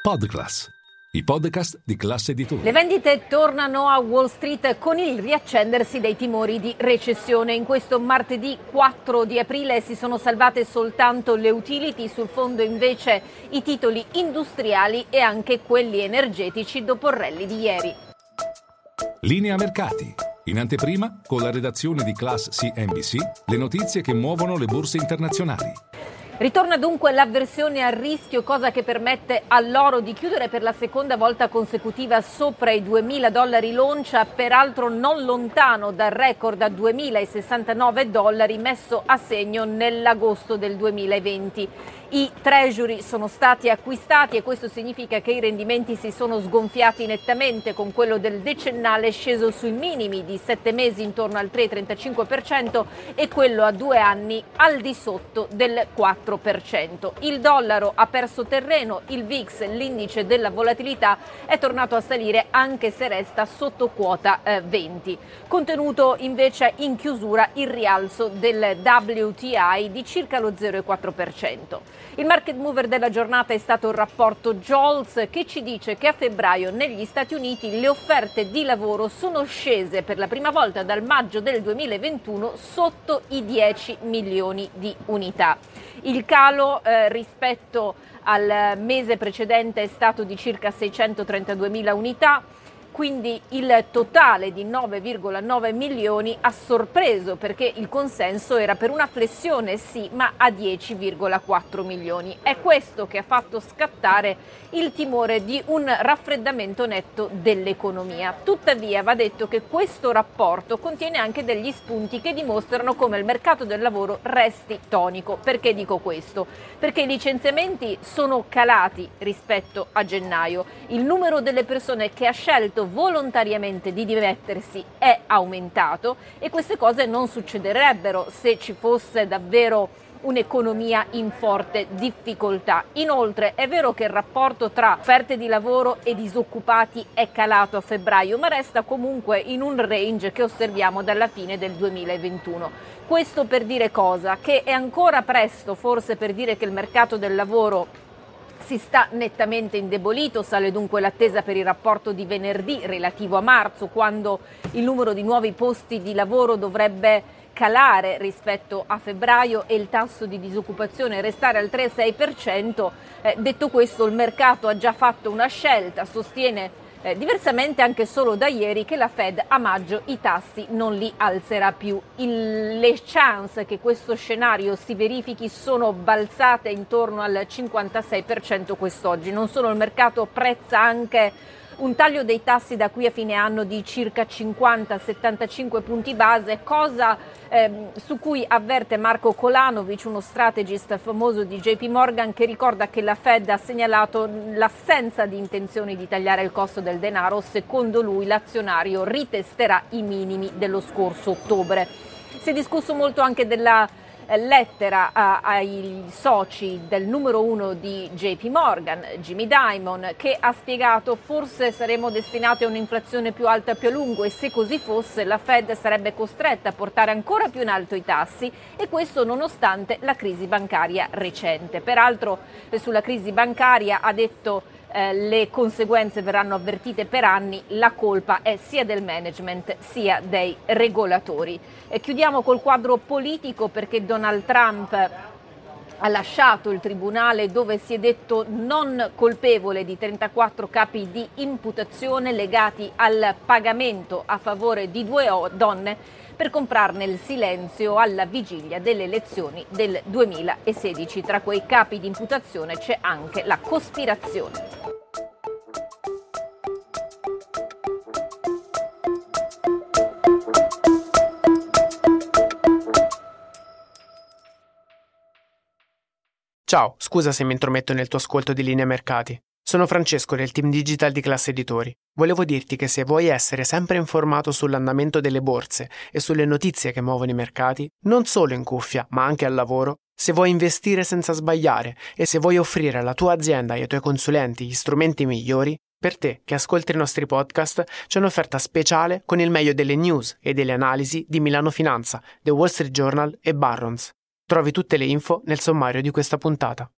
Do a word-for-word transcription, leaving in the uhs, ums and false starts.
Podclass, i podcast di Classe Editori. Le vendite tornano a Wall Street con il riaccendersi dei timori di recessione. In questo martedì quattro di aprile si sono salvate soltanto le utility, sul fondo invece i titoli industriali e anche quelli energetici dopo il rally di ieri. Linea mercati. In anteprima, con la redazione di Class C N B C, le notizie che muovono le borse internazionali. Ritorna dunque l'avversione al rischio, cosa che permette all'oro di chiudere per la seconda volta consecutiva sopra i duemila dollari l'oncia, peraltro non lontano dal record a duemilasessantanove dollari messo a segno nell'agosto del duemilaventi. I treasury sono stati acquistati e questo significa che i rendimenti si sono sgonfiati nettamente, con quello del decennale sceso sui minimi di sette mesi intorno al tre virgola trentacinque per cento e quello a due anni al di sotto del quattro per cento. Il dollaro ha perso terreno, il V I X, l'indice della volatilità, è tornato a salire anche se resta sotto quota eh, venti. Contenuto invece in chiusura il rialzo del W T I di circa lo zero virgola quattro per cento. Il market mover della giornata è stato il rapporto Jolts, che ci dice che a febbraio negli Stati Uniti le offerte di lavoro sono scese per la prima volta dal maggio del duemilaventuno sotto i dieci milioni di unità. Il calo eh, rispetto al mese precedente è stato di circa seicentotrentaduemila unità. Quindi il totale di nove virgola nove milioni ha sorpreso, perché il consenso era per una flessione sì, ma a dieci virgola quattro milioni. È questo che ha fatto scattare il timore di un raffreddamento netto dell'economia. Tuttavia va detto che questo rapporto contiene anche degli spunti che dimostrano come il mercato del lavoro resti tonico. Perché dico questo? Perché i licenziamenti sono calati rispetto a gennaio. Il numero delle persone che ha scelto volontariamente di dimettersi è aumentato e queste cose non succederebbero se ci fosse davvero un'economia in forte difficoltà. Inoltre è vero che il rapporto tra offerte di lavoro e disoccupati è calato a febbraio, ma resta comunque in un range che osserviamo dalla fine del duemilaventuno. Questo per dire cosa? Che è ancora presto forse per dire che il mercato del lavoro si sta nettamente indebolito, sale dunque l'attesa per il rapporto di venerdì relativo a marzo, quando il numero di nuovi posti di lavoro dovrebbe calare rispetto a febbraio e il tasso di disoccupazione restare al tre virgola sei per cento. Eh, detto questo, il mercato ha già fatto una scelta, sostiene Eh, diversamente anche solo da ieri che la Fed a maggio i tassi non li alzerà più. Il, le chance che questo scenario si verifichi sono balzate intorno al cinquantasei per cento quest'oggi. Non solo, il mercato prezza anche un taglio dei tassi da qui a fine anno di circa cinquanta settantacinque punti base, cosa ehm, su cui avverte Marco Kolanovic, uno strategist famoso di J P Morgan, che ricorda che la Fed ha segnalato l'assenza di intenzioni di tagliare il costo del denaro. Secondo lui l'azionario ritesterà i minimi dello scorso ottobre. Si è discusso molto anche della lettera a, ai soci del numero uno di J P Morgan, Jamie Dimon, che ha spiegato: forse saremo destinati a un'inflazione più alta più a lungo e se così fosse la Fed sarebbe costretta a portare ancora più in alto i tassi, e questo nonostante la crisi bancaria recente. Peraltro sulla crisi bancaria ha detto Eh, le conseguenze verranno avvertite per anni, la colpa è sia del management sia dei regolatori. E chiudiamo col quadro politico, perché Donald Trump ha lasciato il tribunale dove si è detto non colpevole di trentaquattro capi di imputazione legati al pagamento a favore di due donne per comprarne il silenzio alla vigilia delle elezioni del duemilasedici. Tra quei capi di imputazione c'è anche la cospirazione. Ciao, scusa se mi intrometto nel tuo ascolto di Linea Mercati. Sono Francesco del team digital di Classe Editori. Volevo dirti che se vuoi essere sempre informato sull'andamento delle borse e sulle notizie che muovono i mercati, non solo in cuffia, ma anche al lavoro, se vuoi investire senza sbagliare e se vuoi offrire alla tua azienda e ai tuoi consulenti gli strumenti migliori, per te che ascolti i nostri podcast c'è un'offerta speciale con il meglio delle news e delle analisi di Milano Finanza, The Wall Street Journal e Barron's. Trovi tutte le info nel sommario di questa puntata.